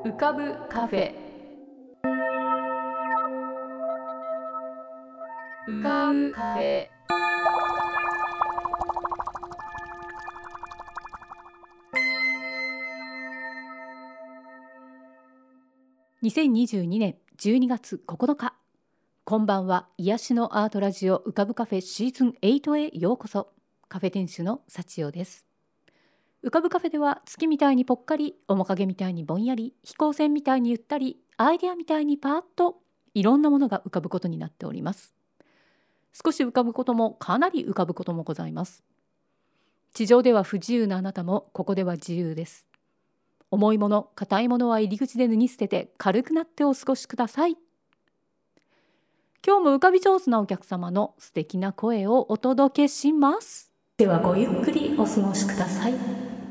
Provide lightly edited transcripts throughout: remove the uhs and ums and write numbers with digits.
浮かぶカフェ。浮かぶカフェ。2022年12月9日、こんばんは。癒しのアートラジオ浮かぶカフェシーズン8へようこそ。カフェ店主の幸代です。浮かぶカフェでは月みたいにぽっかり、面影みたいにぼんやり、飛行船みたいにゆったり、アイデアみたいにパーッといろんなものが浮かぶことになっております。少し浮かぶこともかなり浮かぶこともございます。地上では不自由なあなたもここでは自由です。重いもの、硬いものは入り口で脱ぎ捨てて軽くなってお過ごしください。今日も浮かび上手なお客様の素敵な声をお届けします。ではごゆっくりお過ごしください。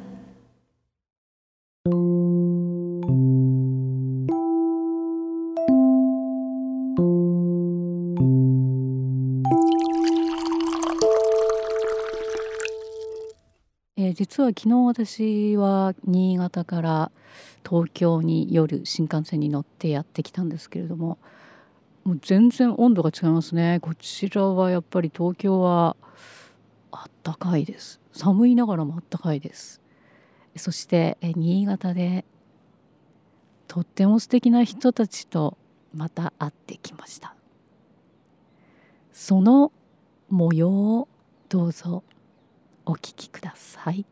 実は昨日私は新潟から東京に夜新幹線に乗ってやってきたんですけれども、もう全然温度が違いますね。こちらはやっぱり東京はあったかいです。寒いながらもあったかいです。そして新潟でとっても素敵な人たちとまた会ってきました。その模様をどうぞお聞きください。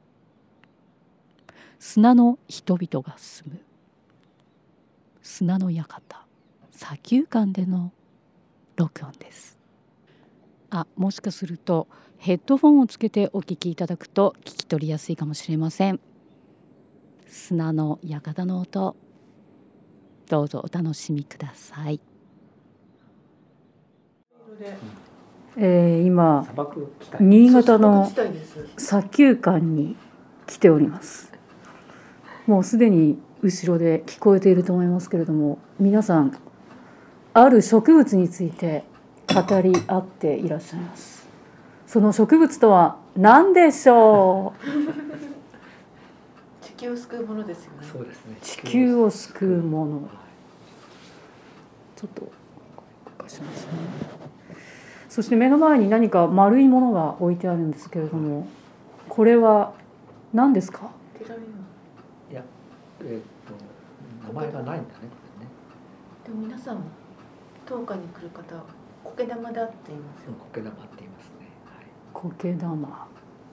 砂の人々が住む砂の館、砂丘館での録音です。もしかするとヘッドフォンをつけてお聞きいただくと聞き取りやすいかもしれません。砂の館の音、どうぞお楽しみください。今新潟の砂丘館に来ております。もうすでに後ろで聞こえていると思いますけれども、皆さんある植物について語り合っていらっしゃいます。その植物とは何でしょう？ 地球を救うものですよね。 そうですね。 地球を救うもの。ちょっと動かしますね。そして目の前に何か丸いものが置いてあるんですけれども、これは何ですか？ いや、名前がないんだね、これね。 でも皆さん当館に来る方は苔玉だって言いますよ。 苔玉って言いますね。はい、 苔玉。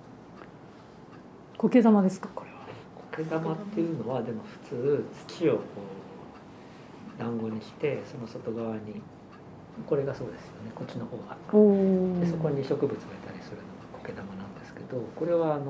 苔玉ですか、これは。 苔玉っていうのはでも普通土をこう団子にして、その外側にこれがそうですよね。こっちの方が。でそこに植物がいたりするのが苔玉なんですけど、これは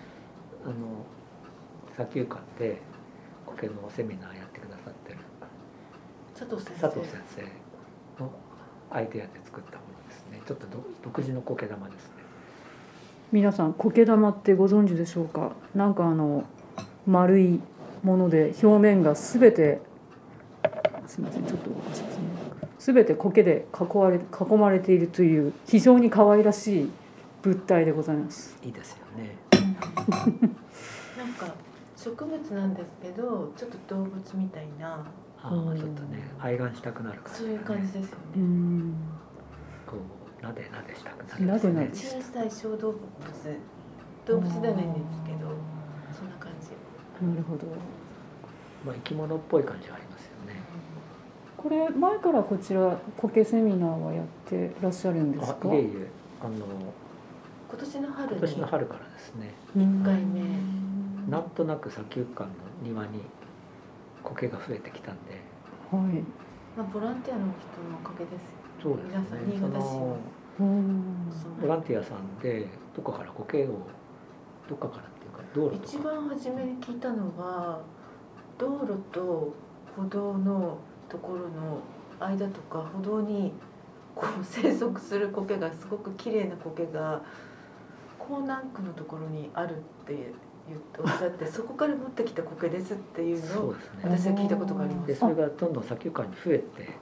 砂丘館で苔のセミナーやってくださってる佐藤先生のアイデアで作ったものですね。ちょっと独自の苔玉ですね。 皆さん苔玉ってご存知でしょうか？なんか丸いもので表面がすべて、すみません、ちょっと動かしますね。すべて苔で囲まれているという非常に可愛らしい物体でございます。 いいですよね。 なんか植物なんですけど、ちょっと動物みたいな。 ちょっとね、愛玩したくなる感じ、ね。 そういう感じですよね。 こうなでしたくなる、ね。 小さい小動物ではないんですけど、そんな感じ。 なるほど。 生き物っぽい感じはありますよね。 これ前からこちら苔セミナーはやってらっしゃるんですか？ いえいえ、 今年の春からですね。 1回目。 なんとなく砂丘館の庭に苔が増えてきたんで。 はい。 ボランティアの人のおかげですよ。 そうですね。 皆さん新潟市は。 ボランティアさんでどこから苔をどっかからっていうか道路とか。 一番初めに聞いたのは道路と歩道のところの間とか歩道にこう生息する苔がすごく綺麗な苔が江南区のところにあるっておっしゃって、そこから持ってきた苔ですっていうのを私は聞いたことがあります。 でそれがどんどん砂丘館に増えていって、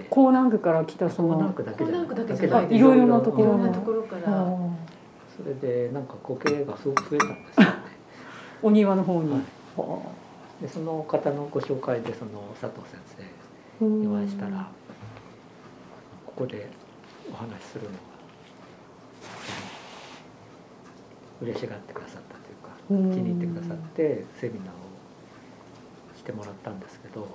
江南区から来たその江南区だけじゃない、いろいろなところから、 それでなんか苔がすごく増えたんですよね。 お庭の方に。 はい、 でその方のご紹介でその佐藤先生にお会いしたら、ここでお話しするのが嬉しがってくださったというか、気に入ってくださってセミナーをしてもらったんですけど、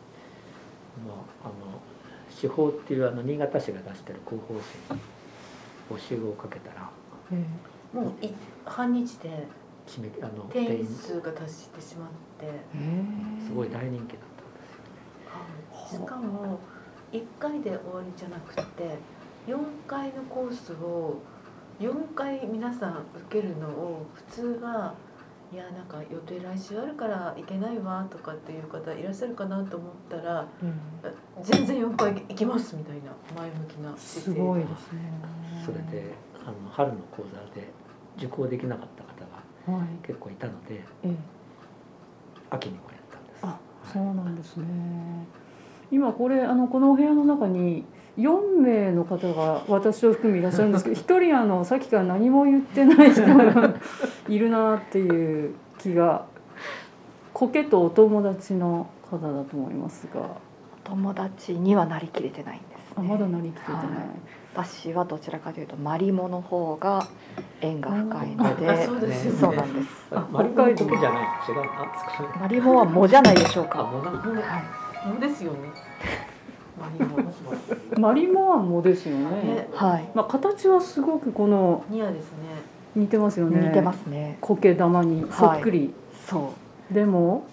手法っていう新潟市が出してる広報誌に募集をかけたら、 もう半日で定員数数が達してしまって、 すごい大人気だったんですよね。 しかも1回で終わりじゃなくて4回のコースを4回皆さん受けるのを、普通はいやなんか予定来週あるから行けないわとかっていう方いらっしゃるかなと思ったら、全然4回行きますみたいな前向きな姿勢。 すごいですね。 それで春の講座で受講できなかった方が結構いたので、秋にもやったんです。 あ、そうなんですね。今これこのお部屋の中に4名の方が私を含めいらっしゃるんですけど、一人さっきから何も言ってない人がいるなっていう気が、苔とお友達の方だと思いますが、 友達にはなりきれてないんですね。 まだなりきれてない。 私はどちらかというとマリモの方が縁が深いので、 そうですよね。 そうなんです。 マリモの苔じゃない、違うな。 マリモは藻じゃないでしょうか。 藻なんだ。 藻ですよね。 マリモは藻ですよね。 はい。 形はすごくこのニアですね。 似てますよね。 似てますね。 苔玉にそっくり。 そう。 でも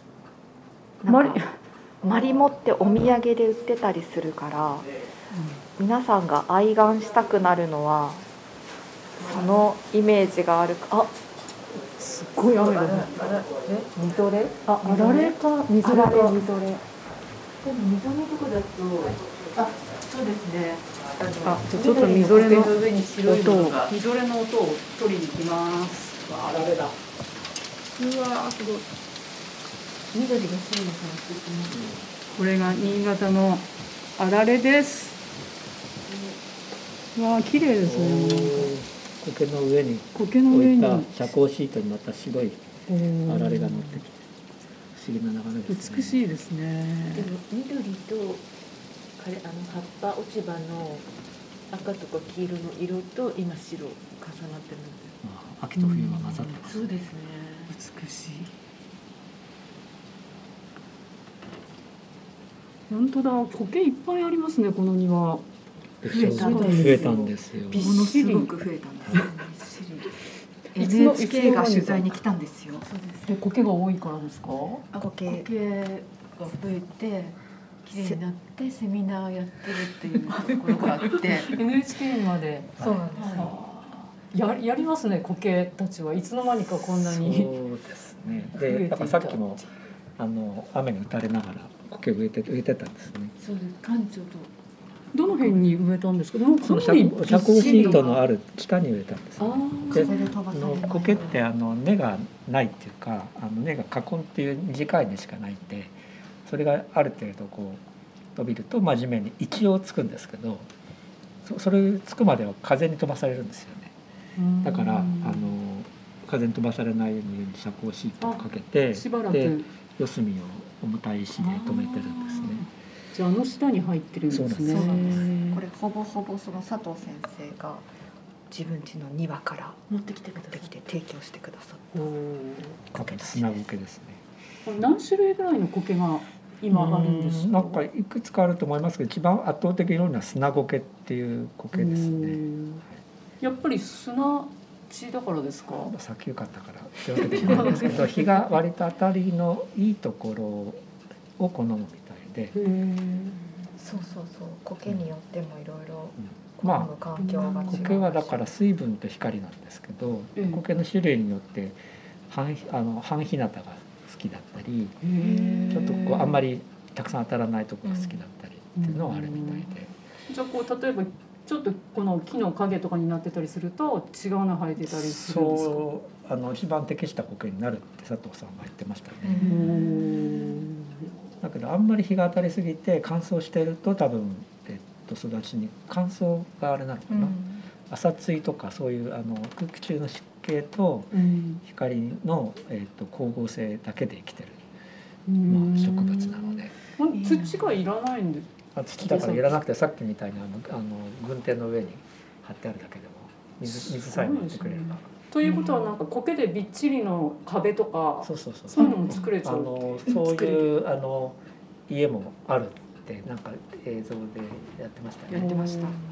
マリモってお土産で売ってたりするから、皆さんが愛玩したくなるのはそのイメージがあるか。 すっごい雨だね。 みぞれ？ あられか、みぞれか。みぞれ。 でもみぞれとかだと、そうですね。 ちょっとみぞれの上に白いのが、 みぞれの音を取りに行きます。 あられだ。 うわすごい。 緑が白いのが素敵。 これが新潟のあられです。わあ綺麗ですね。 苔の上に置いた遮光シートにまた白いあられが乗ってきて、不思議な眺めですね。 美しいですね。 でも緑と葉っぱ落ち葉の赤とか黄色の色と今白重なってるんですよ。 秋と冬が混ざってます。 そうですね。 美しい。本当だ、苔いっぱいありますね、この庭。 増えたんですよ。 ものすごく増えたんです。NHK が取材に来たんですよ。 で、苔が多いからですか？ 苔が増えて綺麗になってセミナーやってるっていうところがあって NHK まで。 そうなんですよ。 やりますね、苔たちはいつの間にかこんなに。 そうですね。で、だからさっきも雨に打たれながら苔植えてたんですね。 そうです。館長とどの辺に植えたんですか？ その遮光シートのある北に植えたんです。で、苔って根がないっていうか、根が花根っていう短い根しかないんで、それがある程度こう伸びると真面目に一応つくんですけど、それつくまでは風に飛ばされるんですよね。だから風に飛ばされないように遮光シートをかけて、で四隅を重たい石で留めてるんですね。 じゃあ下に入ってるんですね。 そうなんです。これほぼほぼその佐藤先生が自分家の庭から持ってきて提供してくださった苔です。砂苔ですね。 何種類ぐらいの苔が今あるんですか？ なんかいくつかあると思いますけど、一番圧倒的に多いのは砂苔っていう苔ですね。 やっぱり砂地だからですか？ 砂丘かったからというわけでもないんですけど、日が割と当たりのいいところを好むみたいで。 そう苔によってもいろいろまあ環境が違う。 苔はだから水分と光なんですけど、苔の種類によって半日向が好きだったり、ちょっとこうあんまりたくさん当たらないところが好きだったりっていうのはあるみたいで。 じゃあ例えばちょっとこの木の影とかになってたりすると違うの生えてたりするんですか？ そう一番適した苔になるって佐藤さんは言ってましたね。だけどあんまり日が当たりすぎて乾燥していると多分、育ちに乾燥があれなのかな、朝露とかそういう空気中の湿気と光の、光合成だけで生きてる植物なので、 土がいらないんで、 土だからいらなくて、さっきみたいに軍手の上に貼ってあるだけでも水さえ持ってくれれば。 ということはなんか苔でびっちりの壁とか、 そういうのも作れちゃう。 そういう家もあるってなんか映像でやってましたね。 やってました。 はい、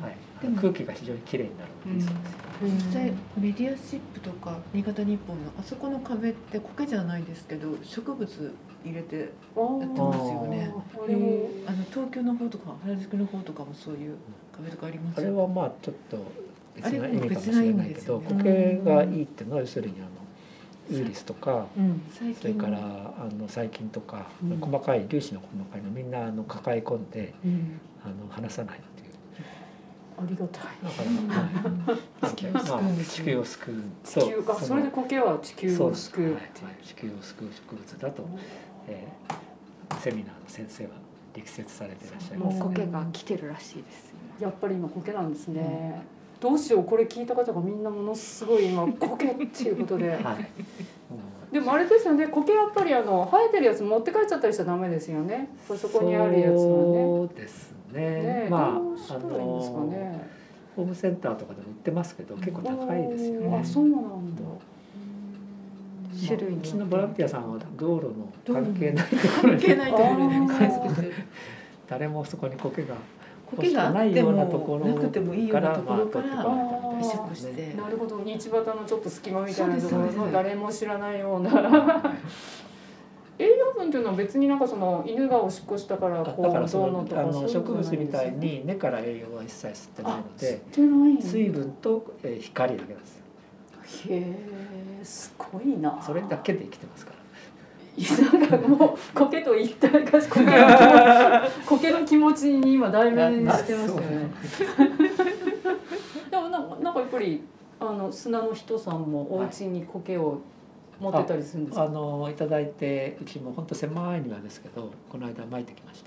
空気が非常に綺麗になるのでいいそうです。 実際メディアシップとか新潟日報のあそこの壁って苔じゃないですけど植物入れてやってますよね。東京の方とか原宿の方とかもそういう壁とかあります。 あれはまあちょっと別な意味かもしれないけど、苔がいいっていうのは要するにウイルスとか、それから細菌とか、細かい粒子の細かいのみんな抱え込んで、離さないっていう。 ありがたい。 だから地球を救う。 それで苔は地球を救う。 地球を救う植物だと、セミナーの先生は力説されていらっしゃいます。 苔が来てるらしいです。 やっぱり今苔なんですね。どうしよう、これ聞いた方がみんなものすごい今苔っていうことで、でもあれですよね、苔やっぱり生えてるやつ持って帰っちゃったりしちゃダメですよね。そこにあるやつはね。 そうですね。まあどうしたらいいんですかね。 ホームセンターとかでも売ってますけど結構高いですよね。 あ、そうなんだ。 種類うちのボランティアさんは道路の関係ないところに観測してる。 誰もそこに苔が苔がないようなところなくてもいいようなところから移植して。 なるほど、道端のちょっと隙間みたいなところの誰も知らないような栄養分というのは別になんかその犬がおしっこしたからこうどうのとか植物みたいに根から栄養は一切吸ってないので、水分と光だけです。 へえ、すごいな。 それだけで生きてますから。 なんかもう苔と一体化し苔の気持ちに今代弁してますよね。でもなんかやっぱり砂の人さんもお家に苔を持ってたりするんですか。 いただいて、うちも本当狭い庭ですけどこの間巻いてきました。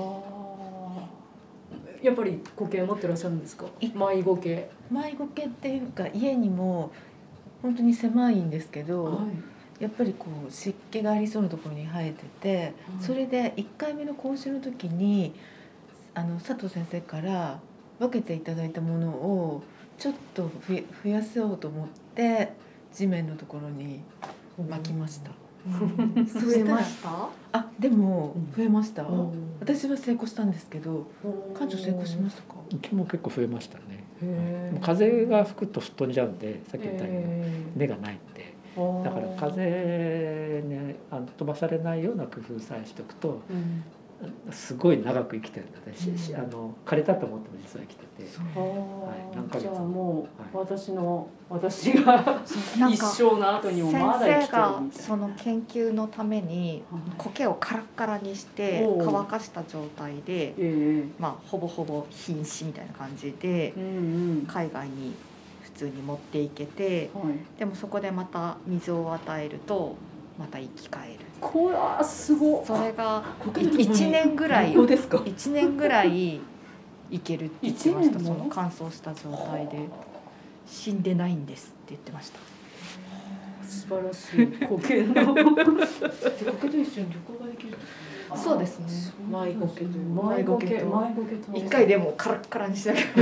やっぱり苔持ってらっしゃるんですか。迷子苔っていうか家にも本当に狭いんですけど、やっぱりこう湿気がありそうなところに生えてて、それで1回目の講習の時に佐藤先生から分けていただいたものをちょっと増やそうと思って地面のところに巻きました。 増えました？ でも増えました。私は成功したんですけど、館長成功しましたか？ うちも結構増えましたね。風が吹くと吹っ飛んじゃうんで、さっき言ったように根がないんで、だから風に飛ばされないような工夫さえしておくと、すごい長く生きてるので、枯れたと思っても実は生きてて、何ヶ月も。じゃあもう私が一生の後にもまだ生きてるみたいな。 先生がその研究のために苔をカラッカラにして乾かした状態で、ほぼほぼ瀕死みたいな感じで海外に普通に持っていけて、でもそこでまた水を与えるとまた生き返る。 これはすごい。それが1年ぐらい1年ぐらいいけるって言ってました。その乾燥した状態で死んでないんですって言ってました。 素晴らしい苔の苔と一緒に旅行ができる。 そうですね。 迷子苔と一回でもカラッカラにしなきゃ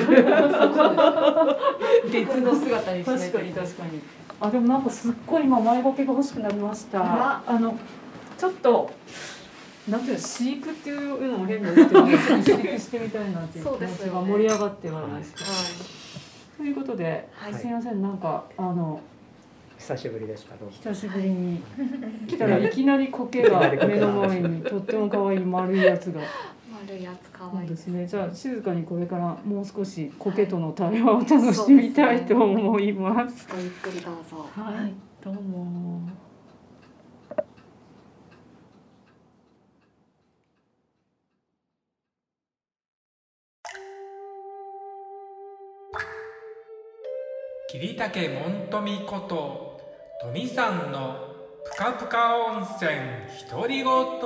別の姿にしなきゃ。 確かに。でもなんかすっごい今迷子苔が欲しくなりました。ちょっとなんていうの、飼育っていうのも変ですけど、飼育してみたいなっていう気持ちが盛り上がってはないですけど。ということで、すみません、なんか久しぶりでした。 久しぶりに来たらいきなり苔が目の前にとっても可愛い丸いやつが。 丸いやつ可愛いですね。じゃあ静かにこれからもう少し苔との対話を楽しみたいと思います。 ごゆっくりどうぞ。 はい、どうも。 桐竹門富こと富さんのぷかぷか温泉独り言。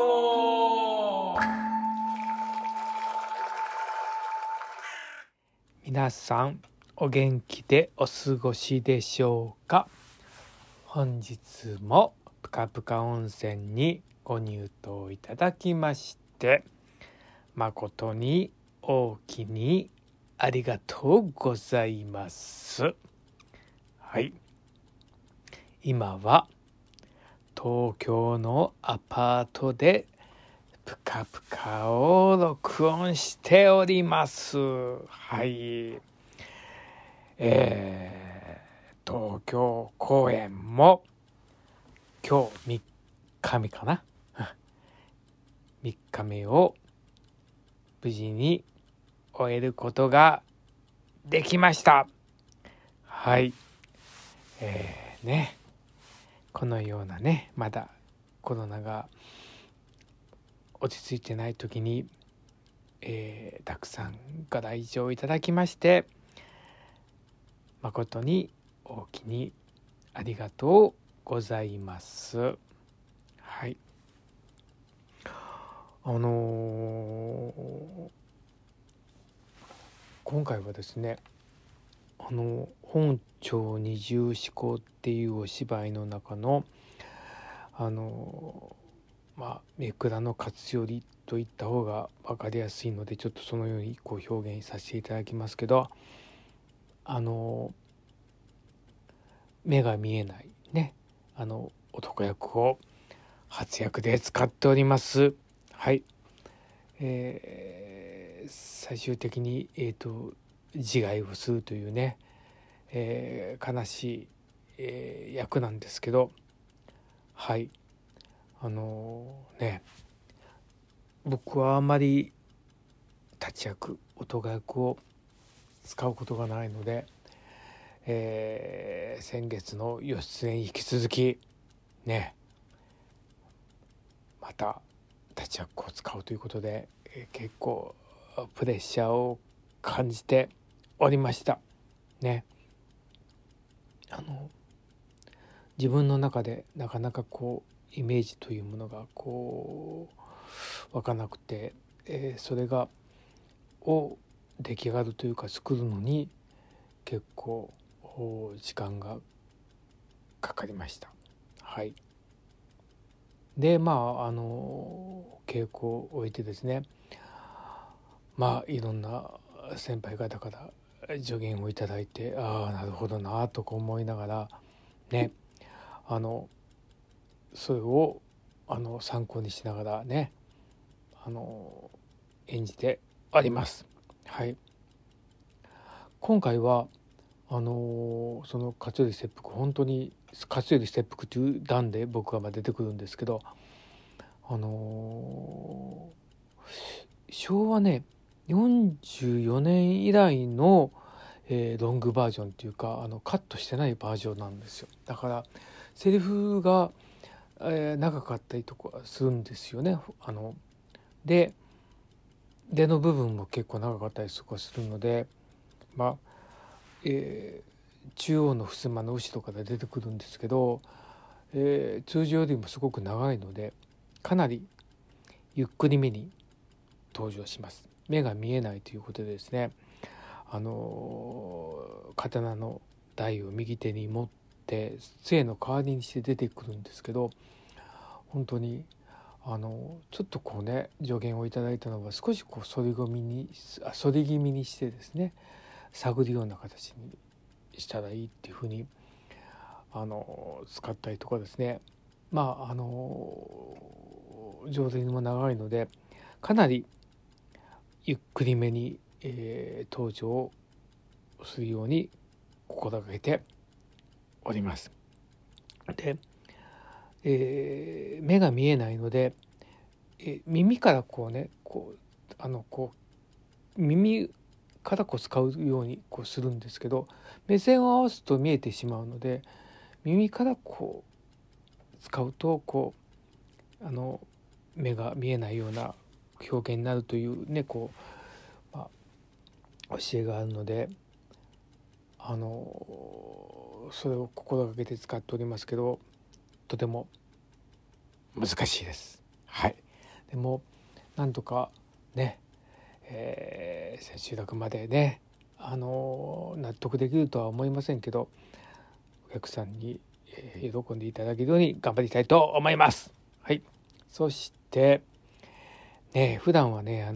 皆さんお元気でお過ごしでしょうか。本日もぷかぷか温泉にご入党いただきまして誠に大きにありがとうございます。はい、今は東京のアパートでぷかぷかを録音しております。はい、東京公演も今日3日目かな3日目を無事に終えることができました。はい、このようなね、まだコロナが落ち着いてない時に、たくさんご来場いただきまして誠に大きにありがとうございます。はい、今回はですね、本朝二十四候っていうお芝居の中のめくらの勝頼といった方が分かりやすいので、ちょっとそのように表現させていただきますけど、目が見えないね、男役を初役で使っております。はい、最終的に自害をするというね、悲しい、役なんですけど、はい、僕はあまり立ち役男役を使うことがないので、先月の義経に引き続きね、また立ち役を使うということで、結構プレッシャーを感じておりましたね。自分の中でなかなかイメージというものが湧かなくて、それが出来上がるというか作るのに結構時間がかかりました。はい、で稽古を終えてですね、いろんな先輩方から助言をいただいて、なるほどなとか思いながらね、それを参考にしながらね演じております。はい、今回はその勝頼切腹、本当に勝頼切腹という段で僕が出てくるんですけど、昭和ね44年以来の、ロングバージョンっていうかカットしてないバージョンなんですよ。だからセリフが、長かったりとかするんですよね。で出の部分も結構長かったりとかするので、中央の襖の後ろから出てくるんですけど、通常よりもすごく長いのでかなりゆっくりめに登場します。目が見えないということでですね、刀の台を右手に持って杖の代わりにして出てくるんですけど、本当にちょっと助言をいただいたのは少し反り気味にしてですね、探るような形にしたらいいっていうふうに使ったりとかですね、上手にも長いのでかなりゆっくりめに、登場するように心がけております。で、目が見えないので、耳から耳から使うようにするんですけど、目線を合わすと見えてしまうので耳から使うと目が見えないような表現になるというね教えがあるのでそれを心がけて使っておりますけど、とても難しいです。はい、でもなんとかね、千秋楽までね納得できるとは思いませんけど、お客さんに喜んでいただけるように頑張りたいと思います。はい、 そしてね、普段はねあ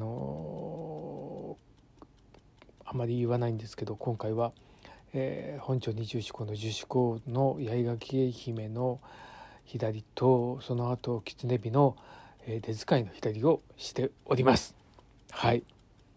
まり言わないんですけど、今回は、本朝二十四候の十四候の八重垣姫の左と、その後狐火の出使いの左をしております。はい、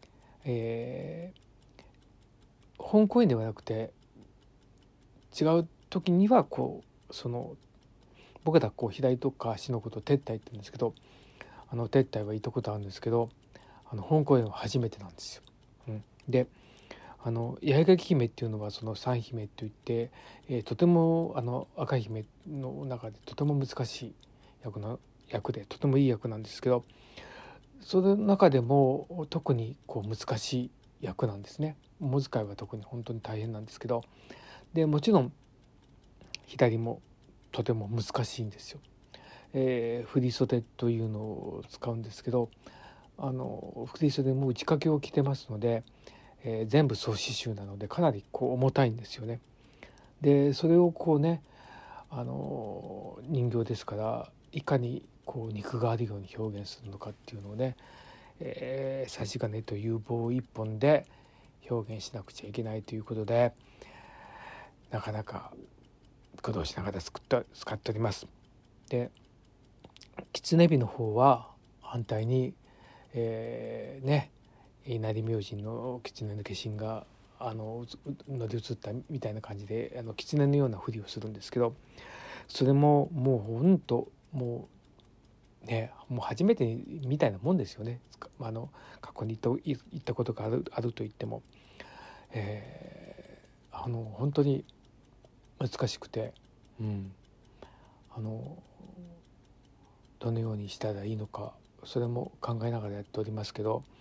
本公演ではなくて違う時にはこう僕らこう左とか足のことを撤退って言うんですけど、撤退は行ったことあるんですけど、本公演は初めてなんですよ。で八重垣姫っていうのはその三姫といって、とても赤姫の中でとても難しい役でとてもいい役なんですけど、その中でも特にこう難しい役なんですね。文使いは特に本当に大変なんですけど、でもちろん左もとても難しいんですよ。振り袖というのを使うんですけど、振り袖も内掛けを着てますので、全部総刺繍なのでかなりこう重たいんですよね。でそれをこうね人形ですからいかにこう肉があるように表現するのかっていうのをね、差し金という棒一本で表現しなくちゃいけないということで、なかなか苦労しながら使っております。で狐火の方は反対に、稲荷明神の狐の化身が乗り移ったみたいな感じで狐のようなふりをするんですけど、それももうほんともう初めてみたいなもんですよね。過去に行ったことがあると言っても、本当に難しくて、どのようにしたらいいのかそれも考えながらやっておりますけど、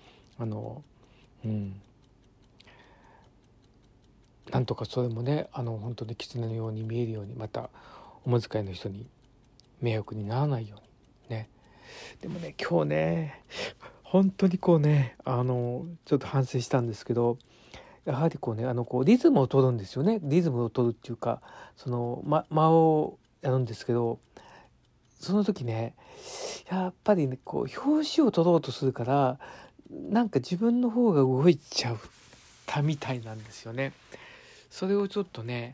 なんとかそれもね本当に狐のように見えるように、またおむ使いの人に迷惑にならないようにね。でもね今日ね本当にこうねちょっと反省したんですけど、やはりこうねこうリズムを取るんですよね。リズムを取るっていうか間をやるんですけど、その時ねやっぱりねこう表紙を取ろうとするからなんか自分の方が動いちゃったみたいなんですよね。それをちょっとね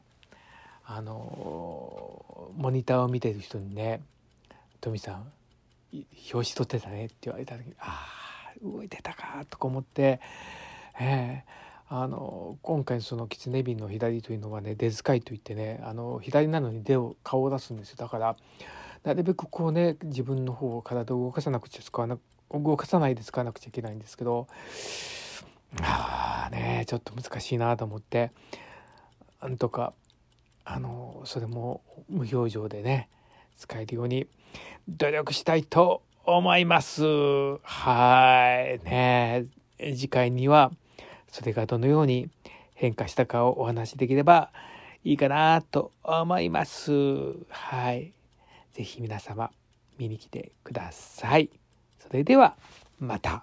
モニターを見てる人にね「トミさん表紙取ってたね」って言われた時に動いてたかとか思って、今回その狐火の左というのはね出使いといってね左なのに顔を出すんですよ。だからなるべくこうね自分の方を体を動かさないで使わなくちゃいけないんですけど、ちょっと難しいなと思って、なんとかそれも無表情でね使えるように努力したいと思います。次回にはそれがどのように変化したかをお話しできればいいかなと思います。ぜひ皆様見に来てください。それではまた。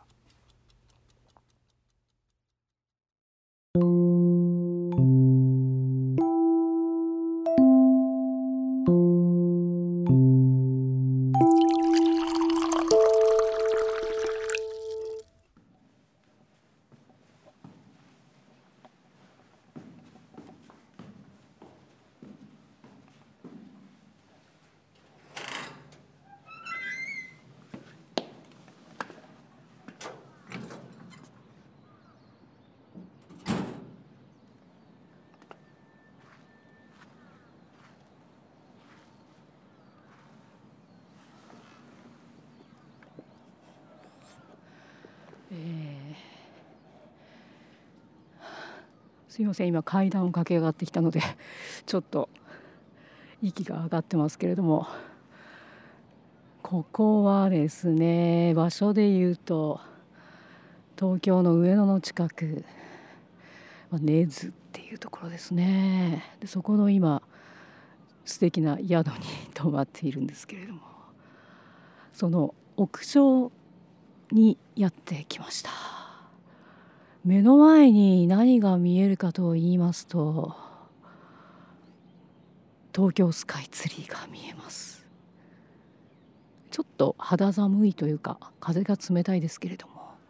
すいません、今階段を駆け上がってきたのでちょっと息が上がってますけれども、ここはですね場所でいうと東京の上野の近く根津っていうところですね。でそこの今素敵な宿に泊まっているんですけれども、その屋上にやってきました。目の前に何が見えるかと言いますと、東京スカイツリーが見えます。 ちょっと肌寒いというか風が冷たいですけれど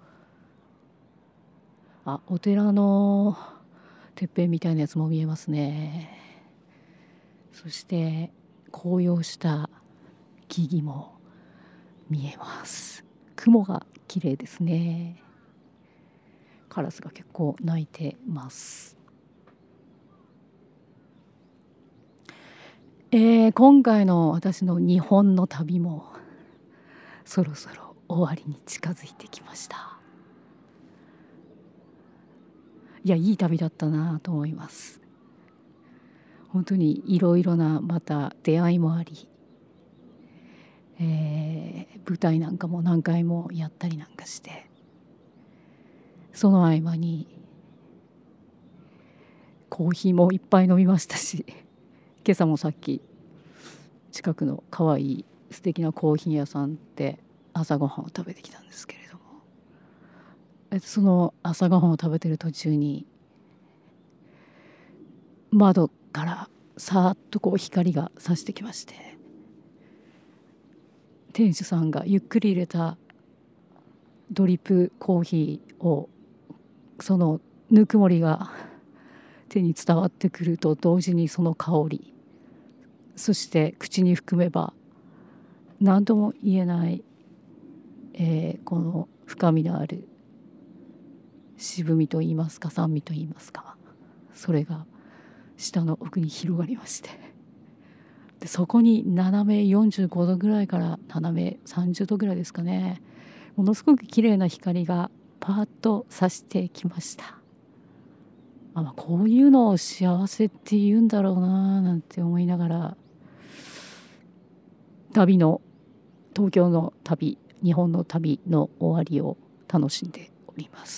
も、お寺のてっぺんみたいなやつも見えますね。そして紅葉した木々も見えます。雲が綺麗ですね。カラスが結構鳴いてます。今回の私の日本の旅もそろそろ終わりに近づいてきました。いや、いい旅だったなと思います。本当にいろいろなまた出会いもあり、舞台なんかも何回もやったりなんかして、その合間にコーヒーもいっぱい飲みましたし、今朝もさっき近くのかわいい素敵なコーヒー屋さんで朝ごはんを食べてきたんですけれども、その朝ごはんを食べてる途中に窓からさーっとこう光が差してきまして、店主さんがゆっくり入れたドリップコーヒーを、そのぬくもりが手に伝わってくると同時にその香り、そして口に含めば何とも言えない、この深みのある渋みといいますか酸味といいますか、それが舌の奥に広がりまして、でそこに斜め45度ぐらいから斜め30度ぐらいですかね、ものすごく綺麗な光がパーッと差してきました。こういうのを幸せって言うんだろうななんて思いながら、東京の旅、日本の旅の終わりを楽しんでおります。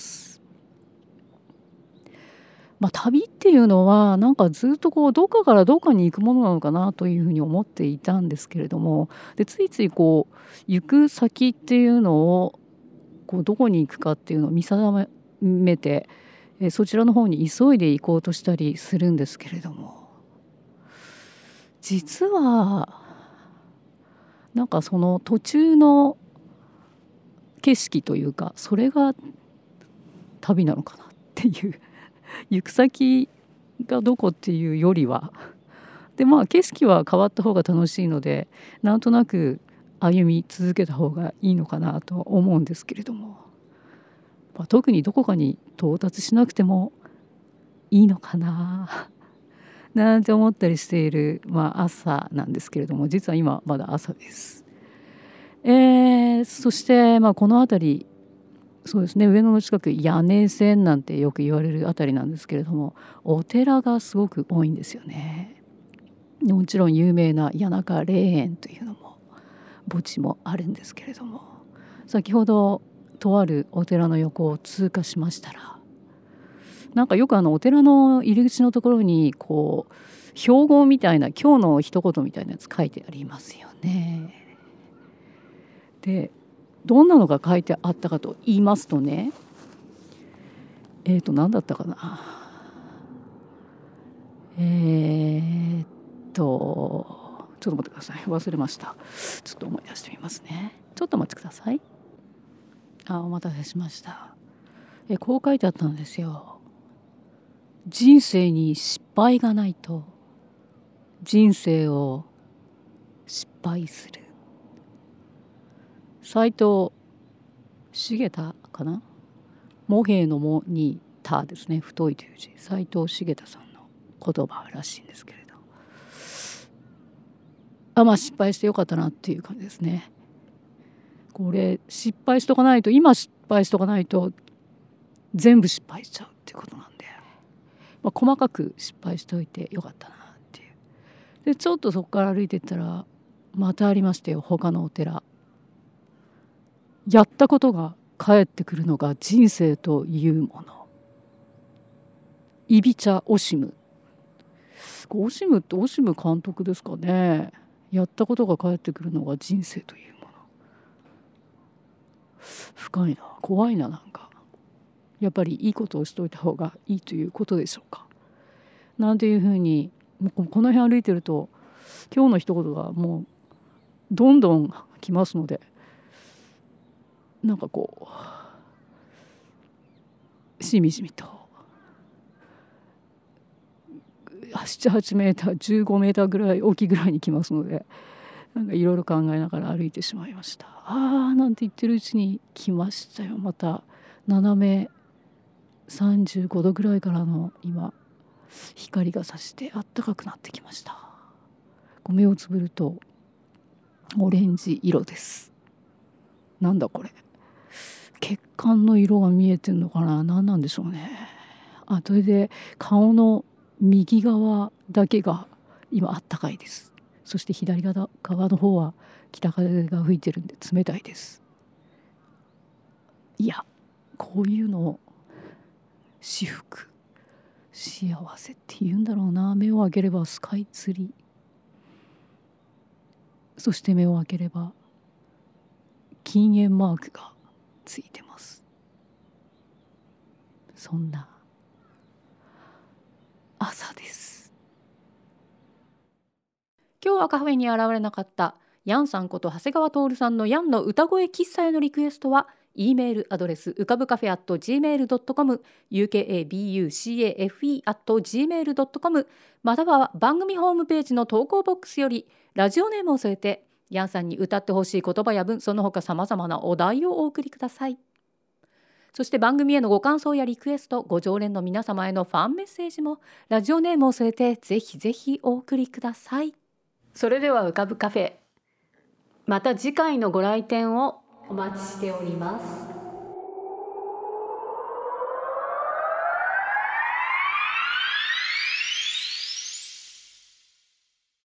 旅っていうのはなんかずっとこうどっかからどっかに行くものなのかなというふうに思っていたんですけれども、でついついこう行く先っていうのをこうどこに行くかっていうのを見定めて、そちらの方に急いで行こうとしたりするんですけれども、実はなんかその途中の景色というか、それが旅なのかなっていう行く先がどこっていうよりはで、景色は変わった方が楽しいので、なんとなく歩み続けた方がいいのかなと思うんですけれども、特にどこかに到達しなくてもいいのかななんて思ったりしている、朝なんですけれども、実は今まだ朝です。そしてこの辺り、そうですね、上野の近く屋根線なんてよく言われるあたりなんですけれども、お寺がすごく多いんですよね。もちろん有名な谷中霊園というのも墓地もあるんですけれども、先ほどとあるお寺の横を通過しましたら、なんかよくお寺の入り口のところにこう標語みたいな、今日の一言みたいなやつ書いてありますよね。でどんなのが書いてあったかと言いますとね、何だったかな、ちょっと待ってください、忘れました。ちょっと思い出してみますね。ちょっとお待ちください。お待たせしました。こう書いてあったんですよ。人生に失敗がないと人生を失敗する。斉藤茂太かな、茂平の茂に太ですね、太いという字、斉藤茂太さんの言葉らしいんですけれど、失敗してよかったなっていう感じですね。これ失敗しとかないと、今失敗しとかないと全部失敗しちゃうっていうことなんで、細かく失敗しておいてよかったなっていう。でちょっとそこから歩いていったらまたありましたよ、他のお寺。やったことが返ってくるのが人生というもの。イビチャ・オシム。オシムってオシム監督ですかね。やったことが返ってくるのが人生というもの。深いな、怖いな。なんかやっぱりいいことをしといた方がいいということでしょうか。なんていうふうにこの辺歩いてると、今日の一言がもうどんどんきますので、なんかこうしみじみと7、8メーター15メーターぐらい大きいぐらいに来ますので、なんかいろいろ考えながら歩いてしまいました。なんて言ってるうちに来ましたよ。また斜め35度ぐらいからの今光が差してあったかくなってきました。目をつぶるとオレンジ色です。なんだこれ、血管の色が見えてるのかな、何なんでしょうね。それで顔の右側だけが今あったかいです。そして左側の方は北風が吹いてるんで冷たいです。いや、こういうのを至福、幸せって言うんだろうな。目を開ければスカイツリー、そして目を開ければ禁煙マークがついてます。そんな朝です。今日はカフェに現れなかったヤンさんこと長谷川徹さんのヤンの歌声喫茶へのリクエストは E メールアドレスうかぶカフェ @gmail.com ukabucafe@gmail.com または番組ホームページの投稿ボックスよりラジオネームを添えてヤンさんに歌ってほしい言葉や文、その他さまざまなお題をお送りください。そして番組へのご感想やリクエスト、ご常連の皆様へのファンメッセージもラジオネームを添えてぜひぜひお送りください。それでは浮かぶカフェ、また次回のご来店をお待ちしております。